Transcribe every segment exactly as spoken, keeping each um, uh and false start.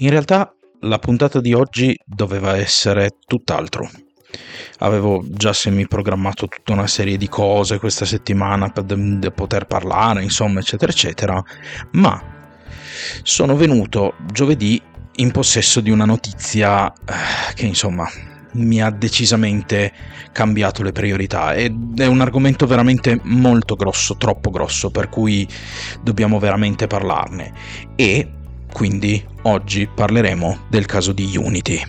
In realtà la puntata di oggi doveva essere tutt'altro. Avevo già semi-programmato tutta una serie di cose questa settimana per de- de poter parlare, insomma, eccetera, eccetera, ma sono venuto giovedì in possesso di una notizia eh, che, insomma, mi ha decisamente cambiato le priorità ed è un argomento veramente molto grosso, troppo grosso, per cui dobbiamo veramente parlarne. E quindi oggi parleremo del caso di Unity.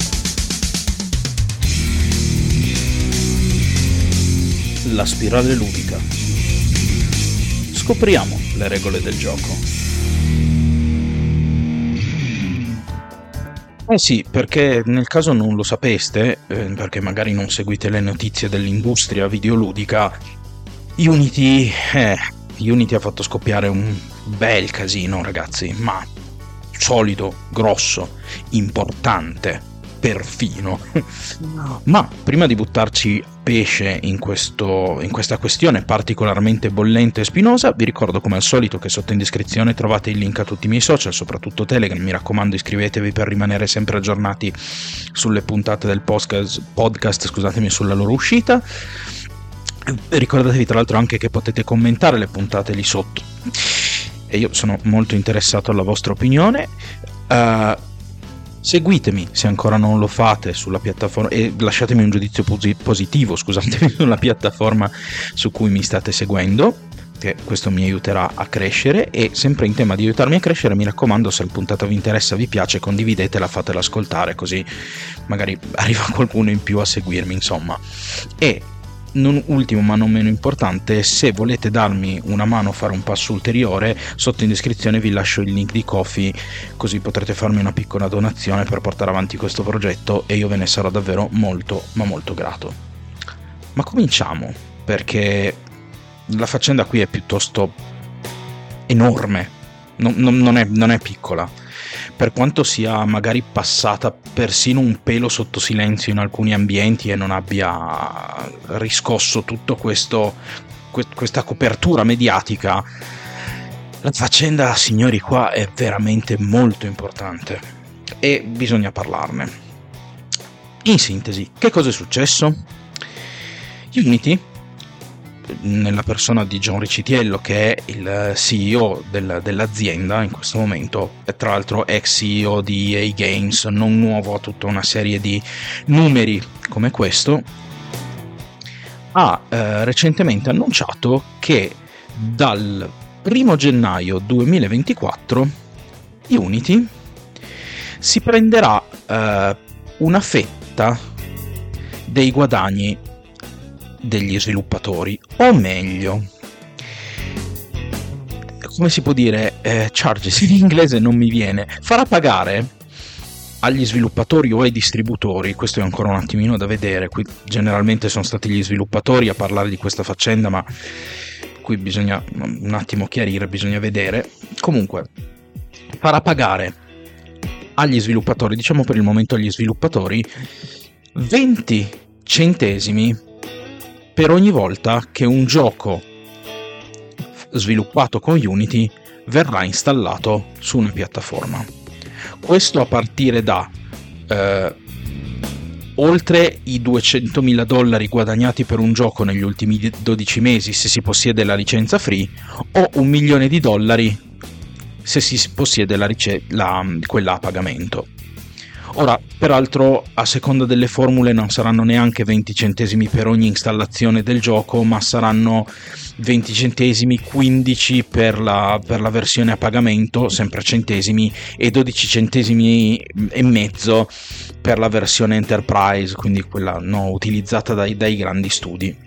La spirale ludica. Scopriamo le regole del gioco. Eh sì, perché nel caso non lo sapeste, eh, perché magari non seguite le notizie dell'industria videoludica, Unity, eh, Unity ha fatto scoppiare un bel casino, ragazzi, ma solido, grosso, importante, perfino. Ma prima di buttarci pesce in, questo, in questa questione particolarmente bollente e spinosa, vi ricordo come al solito che sotto in descrizione trovate il link a tutti i miei social, soprattutto Telegram. Mi raccomando, iscrivetevi per rimanere sempre aggiornati sulle puntate del podcast, podcast scusatemi, sulla loro uscita. Ricordatevi tra l'altro anche che potete commentare le puntate lì sotto e io sono molto interessato alla vostra opinione. Uh, seguitemi se ancora non lo fate sulla piattaforma e lasciatemi un giudizio posi- positivo scusatemi sulla piattaforma su cui mi state seguendo, che questo mi aiuterà a crescere. E sempre in tema di aiutarmi a crescere, mi raccomando, se la puntata vi interessa, vi piace, condividetela, fatela ascoltare, così magari arriva qualcuno in più a seguirmi, insomma. E non ultimo ma non meno importante, se volete darmi una mano a fare un passo ulteriore, sotto in descrizione vi lascio il link di Ko-fi, così potrete farmi una piccola donazione per portare avanti questo progetto e io ve ne sarò davvero molto ma molto grato. Ma cominciamo, perché la faccenda qui è piuttosto enorme, non, non, non, è, non è piccola. Per quanto sia magari passata persino un pelo sotto silenzio in alcuni ambienti e non abbia riscosso tutto questo, questa copertura mediatica, la faccenda, signori, qua è veramente molto importante e bisogna parlarne. In sintesi, che cosa è successo? Unity, nella persona di John Riccitiello, che è il C E O del, dell'azienda in questo momento, e tra l'altro ex C E O di E A Games, non nuovo a tutta una serie di numeri come questo, ha eh, recentemente annunciato che dal primo gennaio duemilaventiquattro Unity si prenderà eh, una fetta dei guadagni degli sviluppatori, o meglio, come si può dire, eh, charges in inglese non mi viene, farà pagare agli sviluppatori o ai distributori, questo è ancora un attimino da vedere, qui generalmente sono stati gli sviluppatori a parlare di questa faccenda, ma qui bisogna un attimo chiarire, bisogna vedere. Comunque farà pagare agli sviluppatori, diciamo per il momento agli sviluppatori, venti centesimi per ogni volta che un gioco sviluppato con Unity verrà installato su una piattaforma. Questo a partire da eh, oltre i duecentomila dollari guadagnati per un gioco negli ultimi dodici mesi se si possiede la licenza free, o un milione di dollari se si possiede la rice- la, quella a pagamento. Ora, peraltro, a seconda delle formule non saranno neanche venti centesimi per ogni installazione del gioco, ma saranno venti centesimi, quindici per la, per la versione a pagamento, sempre centesimi, e dodici centesimi e mezzo per la versione Enterprise, quindi quella no, utilizzata dai, dai grandi studi.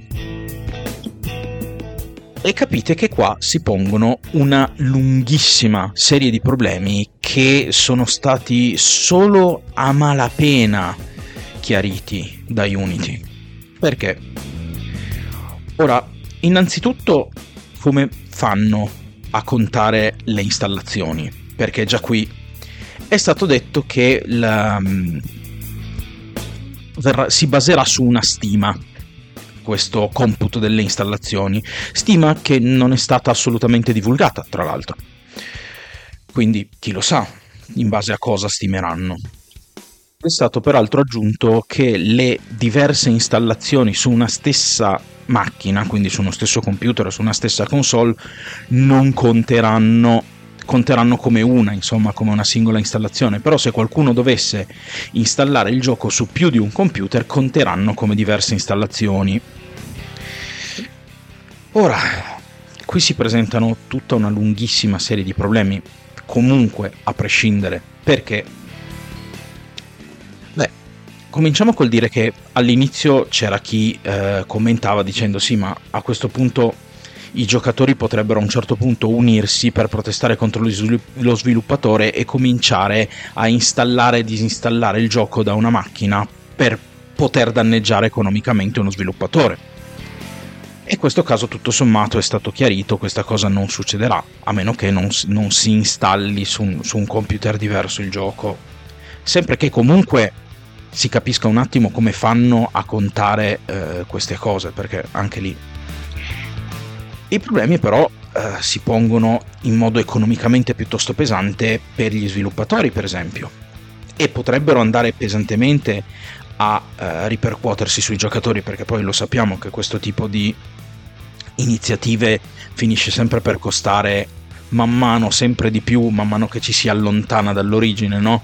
E capite che qua si pongono una lunghissima serie di problemi che sono stati solo a malapena chiariti da Unity. Perché? Ora, innanzitutto, come fanno a contare le installazioni? Perché già qui è stato detto che la, verrà, si baserà su una stima, questo computo delle installazioni, stima che non è stata assolutamente divulgata, tra l'altro. Quindi chi lo sa, in base a cosa stimeranno. È stato peraltro aggiunto che le diverse installazioni su una stessa macchina, quindi su uno stesso computer o su una stessa console, non conteranno, conteranno come una, insomma, come una singola installazione. Però se qualcuno dovesse installare il gioco su più di un computer, conteranno come diverse installazioni. Ora, qui si presentano tutta una lunghissima serie di problemi, comunque a prescindere, perché beh, cominciamo col dire che all'inizio c'era chi eh, commentava dicendo sì, ma a questo punto i giocatori potrebbero a un certo punto unirsi per protestare contro lo sviluppatore e cominciare a installare e disinstallare il gioco da una macchina per poter danneggiare economicamente uno sviluppatore. E in questo caso tutto sommato è stato chiarito, questa cosa non succederà, a meno che non, non si installi su un, su un computer diverso il gioco, sempre che comunque si capisca un attimo come fanno a contare eh, queste cose, perché anche lì i problemi però eh, si pongono in modo economicamente piuttosto pesante per gli sviluppatori, per esempio, e potrebbero andare pesantemente a eh, ripercuotersi sui giocatori, perché poi lo sappiamo che questo tipo di iniziative finisce sempre per costare man mano sempre di più, man mano che ci si allontana dall'origine, no?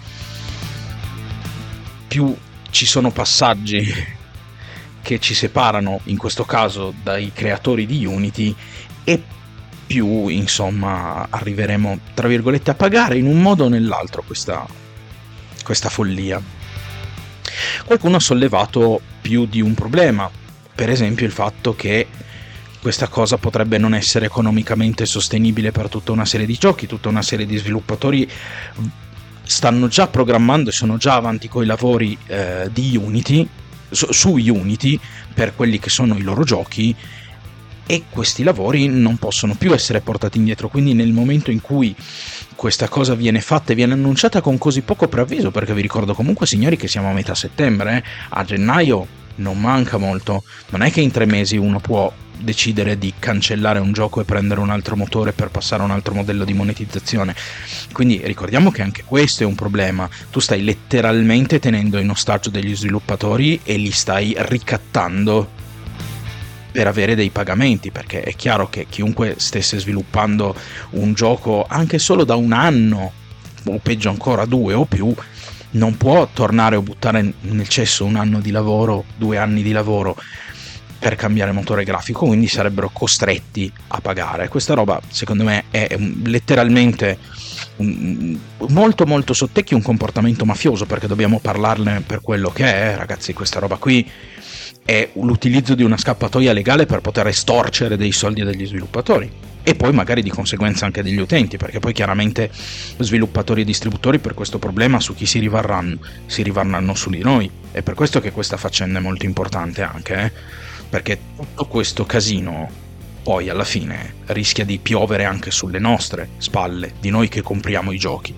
Più ci sono passaggi che ci separano, in questo caso dai creatori di Unity, e più insomma arriveremo tra virgolette a pagare in un modo o nell'altro questa, questa follia. Qualcuno ha sollevato più di un problema, per esempio il fatto che questa cosa potrebbe non essere economicamente sostenibile per tutta una serie di giochi. Tutta una serie di sviluppatori stanno già programmando e sono già avanti coi lavori eh, di Unity, su, su Unity, per quelli che sono i loro giochi, e questi lavori non possono più essere portati indietro. Quindi nel momento in cui questa cosa viene fatta e viene annunciata con così poco preavviso, perché vi ricordo comunque, signori, che siamo a metà settembre, eh? A gennaio non manca molto, non è che in tre mesi uno può decidere di cancellare un gioco e prendere un altro motore per passare a un altro modello di monetizzazione. Quindi ricordiamo che anche questo è un problema. Tu stai letteralmente tenendo in ostaggio degli sviluppatori e li stai ricattando per avere dei pagamenti, perché è chiaro che chiunque stesse sviluppando un gioco anche solo da un anno, o peggio ancora due o più, non può tornare o buttare nel cesso un anno di lavoro, due anni di lavoro per cambiare motore grafico, quindi sarebbero costretti a pagare. Questa roba secondo me è letteralmente un, molto molto sottecchio un comportamento mafioso, perché dobbiamo parlarne per quello che è, ragazzi. Questa roba qui è l'utilizzo di una scappatoia legale per poter estorcere dei soldi dagli sviluppatori e poi magari di conseguenza anche degli utenti, perché poi chiaramente sviluppatori e distributori per questo problema su chi si rivarranno? Si rivarranno su di noi. È per questo che questa faccenda è molto importante anche, eh? Perché tutto questo casino poi alla fine rischia di piovere anche sulle nostre spalle, di noi che compriamo i giochi.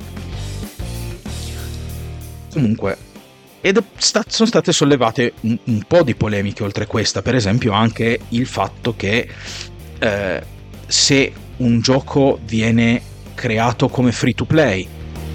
Comunque, ed sta- sono state sollevate un, un po' di polemiche oltre questa, per esempio anche il fatto che eh, se un gioco viene creato come free to play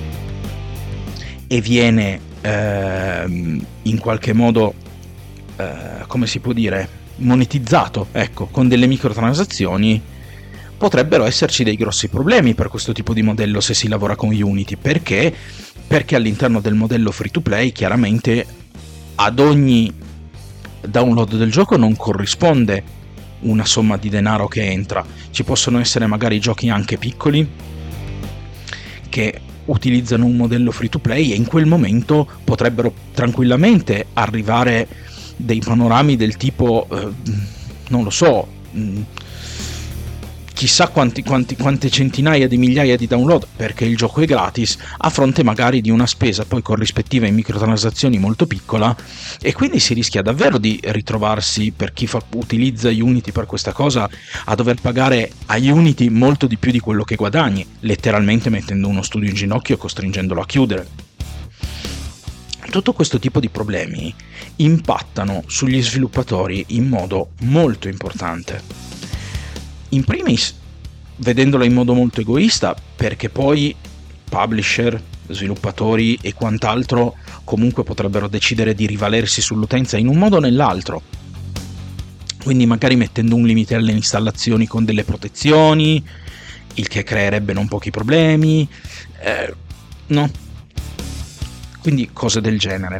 e viene eh, in qualche modo eh, come si può dire monetizzato, ecco, con delle microtransazioni, potrebbero esserci dei grossi problemi per questo tipo di modello se si lavora con Unity. Perché? Perché all'interno del modello free to play chiaramente ad ogni download del gioco non corrisponde una somma di denaro che entra. Ci possono essere magari giochi anche piccoli che utilizzano un modello free to play e in quel momento potrebbero tranquillamente arrivare dei panorami del tipo eh, non lo so, mh, chissà quanti, quanti, quante centinaia di migliaia di download perché il gioco è gratis, a fronte magari di una spesa poi corrispettiva in microtransazioni molto piccola, e quindi si rischia davvero di ritrovarsi, per chi fa, utilizza Unity per questa cosa, a dover pagare a Unity molto di più di quello che guadagni, letteralmente mettendo uno studio in ginocchio e costringendolo a chiudere. Tutto questo tipo di problemi impattano sugli sviluppatori in modo molto importante. In primis, vedendolo in modo molto egoista, perché poi publisher, sviluppatori e quant'altro comunque potrebbero decidere di rivalersi sull'utenza in un modo o nell'altro, quindi magari mettendo un limite alle installazioni con delle protezioni, il che creerebbe non pochi problemi, eh, no? Quindi cose del genere.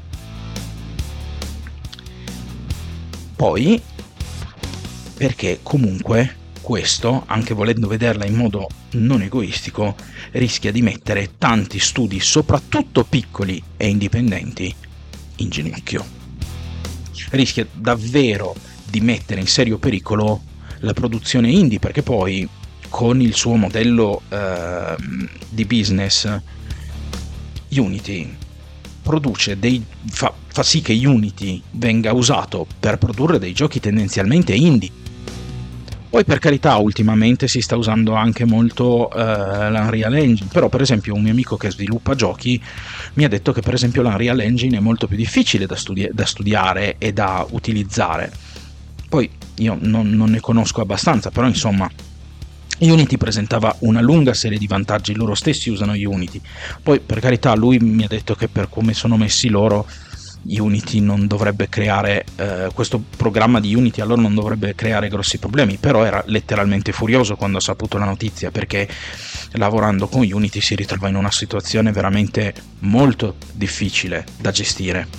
Poi, perché comunque questo, anche volendo vederla in modo non egoistico, rischia di mettere tanti studi, soprattutto piccoli e indipendenti, in ginocchio. Rischia davvero di mettere in serio pericolo la produzione indie, perché poi con il suo modello eh, di business Unity produce dei fa, fa sì che Unity venga usato per produrre dei giochi tendenzialmente indie. Poi per carità ultimamente si sta usando anche molto uh, l'Unreal Engine, però per esempio un mio amico che sviluppa giochi mi ha detto che per esempio l'Unreal Engine è molto più difficile da, studi- da studiare e da utilizzare. Poi io non, non ne conosco abbastanza, però insomma Unity presentava una lunga serie di vantaggi, loro stessi usano Unity. Poi per carità lui mi ha detto che per come sono messi loro Unity non dovrebbe creare eh, questo programma di Unity allora non dovrebbe creare grossi problemi, però era letteralmente furioso quando ha saputo la notizia, perché lavorando con Unity si ritrova in una situazione veramente molto difficile da gestire.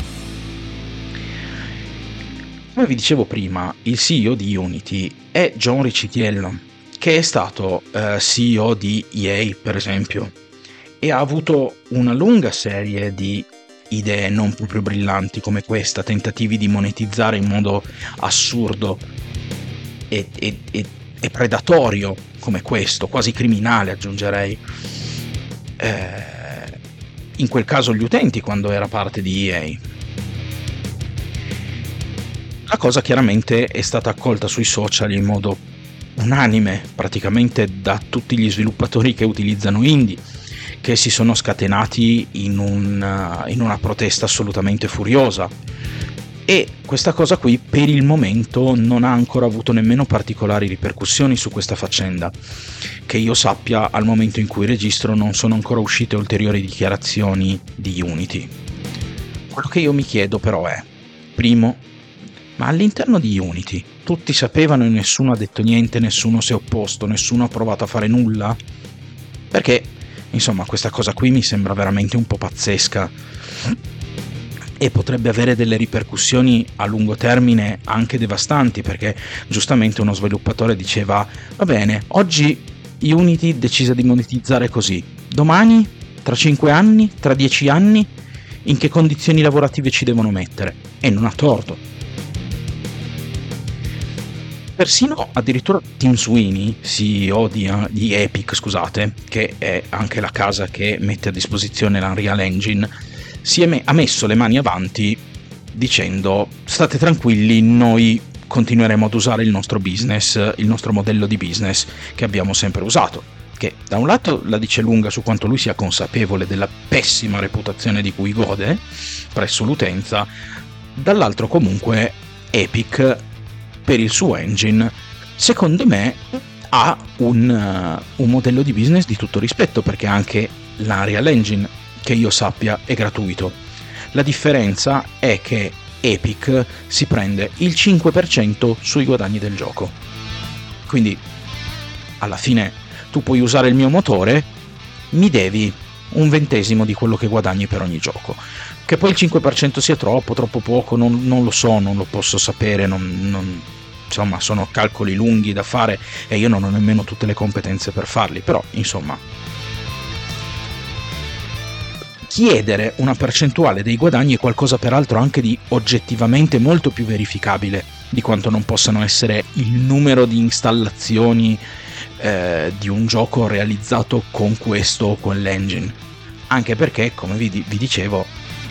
Come vi dicevo prima, il C E O di Unity è John Riccitiello, che è stato eh, C E O di E A per esempio, e ha avuto una lunga serie di idee non proprio brillanti come questa, tentativi di monetizzare in modo assurdo e, e, e, e predatorio come questo, quasi criminale aggiungerei, eh, in quel caso gli utenti quando era parte di E A. La cosa chiaramente è stata accolta sui social in modo unanime praticamente da tutti gli sviluppatori che utilizzano indie, che si sono scatenati in, un, in una protesta assolutamente furiosa, e questa cosa qui per il momento non ha ancora avuto nemmeno particolari ripercussioni su questa faccenda. Che io sappia, al momento in cui registro non sono ancora uscite ulteriori dichiarazioni di Unity. Quello che io mi chiedo però è, primo, ma all'interno di Unity tutti sapevano e nessuno ha detto niente, nessuno si è opposto, nessuno ha provato a fare nulla? Perché insomma questa cosa qui mi sembra veramente un po' pazzesca e potrebbe avere delle ripercussioni a lungo termine anche devastanti, perché giustamente uno sviluppatore diceva va bene, oggi Unity decide di monetizzare così, domani, tra cinque anni, tra dieci anni, in che condizioni lavorative ci devono mettere? E non ha torto. Persino addirittura Tim Sweeney, C E O di, di Epic, scusate, che è anche la casa che mette a disposizione l'Unreal Engine, si è me- ha messo le mani avanti dicendo state tranquilli, noi continueremo ad usare il nostro business, il nostro modello di business che abbiamo sempre usato, che da un lato la dice lunga su quanto lui sia consapevole della pessima reputazione di cui gode presso l'utenza, dall'altro comunque Epic per il suo engine, secondo me, ha un, uh, un modello di business di tutto rispetto, perché anche l'Unreal Engine, che io sappia, è gratuito. La differenza è che Epic si prende il cinque per cento sui guadagni del gioco. Quindi, alla fine, tu puoi usare il mio motore, mi devi un ventesimo di quello che guadagni per ogni gioco. Che poi il cinque per cento sia troppo, troppo poco, non, non lo so, non lo posso sapere, non, non, insomma sono calcoli lunghi da fare e io non ho nemmeno tutte le competenze per farli, però insomma chiedere una percentuale dei guadagni è qualcosa peraltro anche di oggettivamente molto più verificabile di quanto non possano essere il numero di installazioni eh, di un gioco realizzato con questo o con l'engine, anche perché come vi, vi dicevo,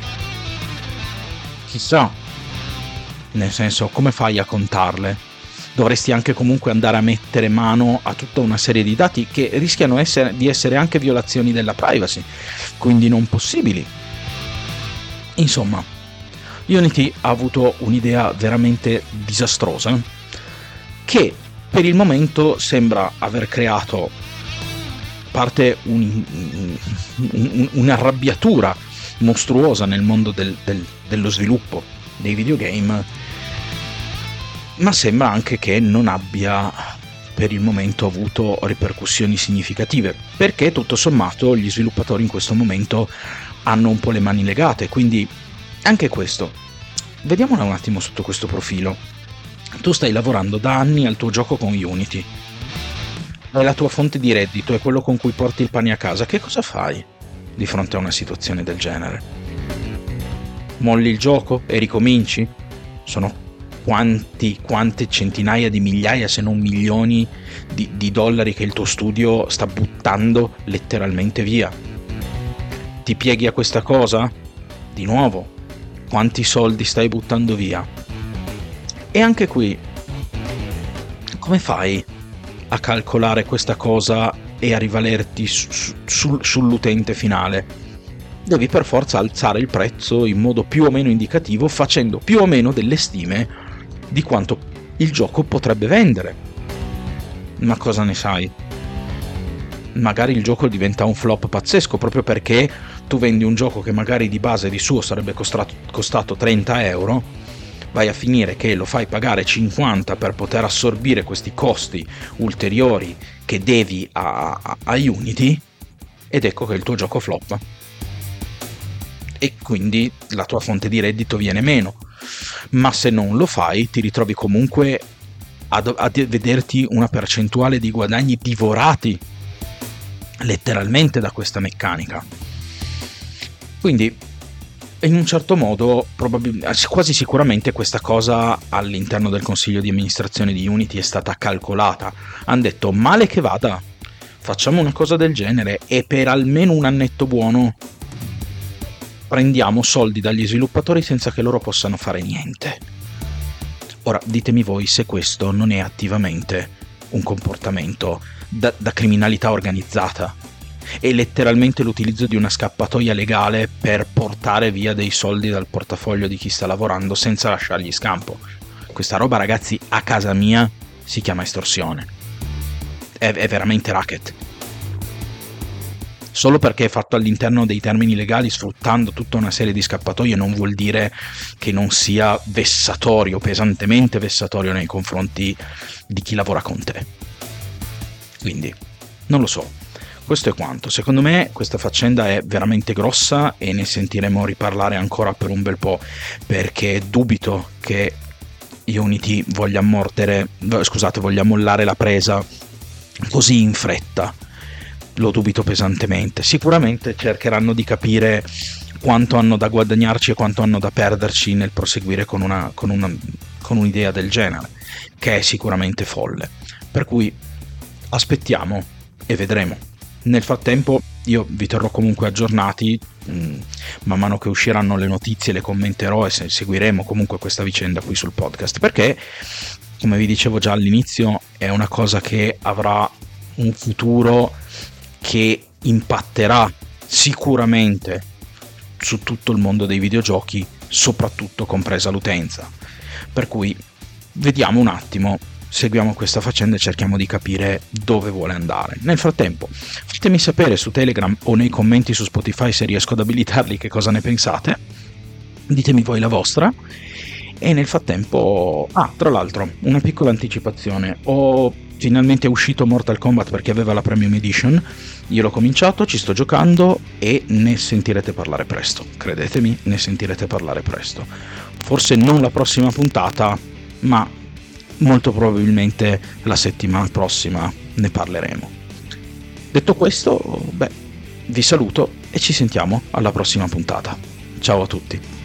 chissà, nel senso, come fai a contarle? Dovresti anche comunque andare a mettere mano a tutta una serie di dati che rischiano essere, di essere anche violazioni della privacy, quindi non possibili. Insomma, Unity ha avuto un'idea veramente disastrosa che per il momento sembra aver creato parte un, un, un'arrabbiatura mostruosa nel mondo del, del, dello sviluppo dei videogame, ma sembra anche che non abbia per il momento avuto ripercussioni significative, perché tutto sommato gli sviluppatori in questo momento hanno un po' le mani legate, quindi anche questo. Vediamola un attimo sotto questo profilo. Tu stai lavorando da anni al tuo gioco con Unity, è la tua fonte di reddito, è quello con cui porti il pane a casa. Che cosa fai di fronte a una situazione del genere? Molli il gioco e ricominci? Sono quanti, quante centinaia di migliaia, se non milioni di, di dollari che il tuo studio sta buttando letteralmente via. Ti pieghi a questa cosa? Di nuovo, quanti soldi stai buttando via? E anche qui, come fai a calcolare questa cosa e a rivalerti su, su, sull'utente finale? Devi per forza alzare il prezzo in modo più o meno indicativo, facendo più o meno delle stime di quanto il gioco potrebbe vendere. Ma cosa ne sai? Magari il gioco diventa un flop pazzesco, proprio perché tu vendi un gioco che magari di base di suo sarebbe costato, costato trenta euro, vai a finire che lo fai pagare cinquanta per poter assorbire questi costi ulteriori che devi a, a, a Unity, ed ecco che il tuo gioco floppa e quindi la tua fonte di reddito viene meno. Ma se non lo fai ti ritrovi comunque a, a vederti una percentuale di guadagni divorati letteralmente da questa meccanica. Quindi in un certo modo, probabilmente, quasi sicuramente questa cosa all'interno del consiglio di amministrazione di Unity è stata calcolata. Hanno detto, male che vada, facciamo una cosa del genere e per almeno un annetto buono prendiamo soldi dagli sviluppatori senza che loro possano fare niente. Ora, ditemi voi se questo non è attivamente un comportamento da, da criminalità organizzata. È letteralmente l'utilizzo di una scappatoia legale per portare via dei soldi dal portafoglio di chi sta lavorando senza lasciargli scampo. Questa roba, ragazzi, a casa mia si chiama estorsione. È, è veramente racket. Solo perché è fatto all'interno dei termini legali, sfruttando tutta una serie di scappatoie, non vuol dire che non sia vessatorio, pesantemente vessatorio nei confronti di chi lavora con te. Quindi, non lo so. Questo è quanto. Secondo me questa faccenda è veramente grossa e ne sentiremo riparlare ancora per un bel po', perché dubito che Unity voglia mordere, scusate, voglia mollare la presa così in fretta. Lo dubito pesantemente. Sicuramente cercheranno di capire quanto hanno da guadagnarci e quanto hanno da perderci nel proseguire con una, con una, con un'idea del genere, che è sicuramente folle. Per cui aspettiamo e vedremo. Nel frattempo io vi terrò comunque aggiornati, mh, man mano che usciranno le notizie le commenterò e se seguiremo comunque questa vicenda qui sul podcast, perché come vi dicevo già all'inizio è una cosa che avrà un futuro che impatterà sicuramente su tutto il mondo dei videogiochi, soprattutto compresa l'utenza. Per cui vediamo un attimo, seguiamo questa faccenda e cerchiamo di capire dove vuole andare. Nel frattempo fatemi sapere su Telegram o nei commenti su Spotify, se riesco ad abilitarli, che cosa ne pensate. Ditemi voi la vostra. E nel frattempo, ah, tra l'altro, una piccola anticipazione: ho finalmente uscito Mortal Kombat perché aveva la Premium Edition, io l'ho cominciato, ci sto giocando e ne sentirete parlare presto, credetemi, ne sentirete parlare presto. Forse non la prossima puntata, ma molto probabilmente la settimana prossima ne parleremo. Detto questo, beh, vi saluto e ci sentiamo alla prossima puntata. Ciao a tutti.